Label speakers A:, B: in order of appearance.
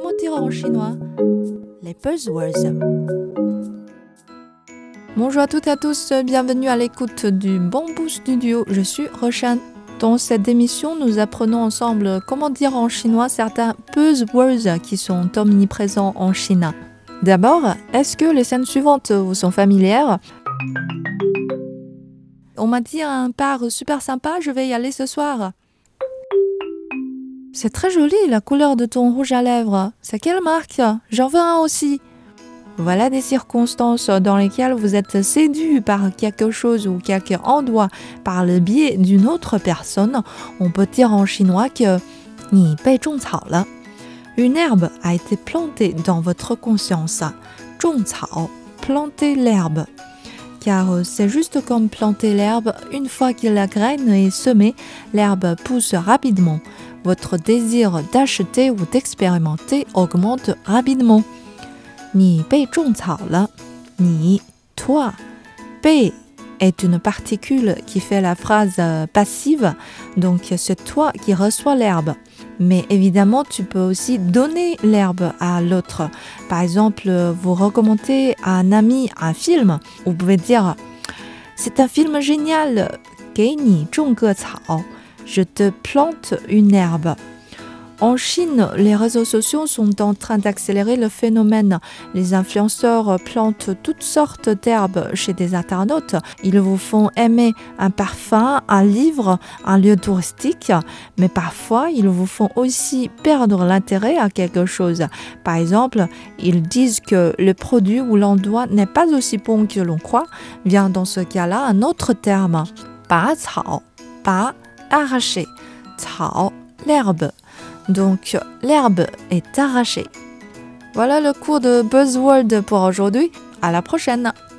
A: Comment dire en chinois? Les buzzwords. Bonjour à toutes et à tous, bienvenue à l'écoute du Bamboo Studio. Je suis Roshan. Dans cette émission, nous apprenons ensemble comment dire en chinois certains buzzwords qui sont omniprésents en Chine. D'abord, est-ce que les scènes suivantes vous sont familières? On m'a dit un bar super sympa, je vais y aller ce soir. C'est très joli la couleur de ton rouge à lèvres. C'est quelle marque? J'en veux un aussi. Voilà des circonstances dans lesquelles vous êtes séduit par quelque chose ou quelque endroit par le biais d'une autre personne. On peut dire en chinois que 你被种草了. Une herbe a été plantée dans votre conscience. 种草, planter l'herbe. Car c'est juste comme planter l'herbe, une fois que la graine est semée, l'herbe pousse rapidement. Votre désir d'acheter ou d'expérimenter augmente rapidement. 你被种草了. 你, toi. 被 est une particule qui fait la phrase passive, donc c'est toi qui reçois l'herbe. Mais évidemment, tu peux aussi donner l'herbe à l'autre. Par exemple, vous recommandez à un ami un film. Vous pouvez dire « C'est un film génial, 给你种个草. Je te plante une herbe. » En Chine, les réseaux sociaux sont en train d'accélérer le phénomène. Les influenceurs plantent toutes sortes d'herbes chez des internautes. Ils vous font aimer un parfum, un livre, un lieu touristique. Mais parfois, ils vous font aussi perdre l'intérêt à quelque chose. Par exemple, ils disent que le produit ou l'endroit n'est pas aussi bon que l'on croit. Vient dans ce cas-là un autre terme. 拔草, 拔, arracher. 草, l'herbe. Donc, l'herbe est arrachée. Voilà le cours de buzzword pour aujourd'hui. À la prochaine!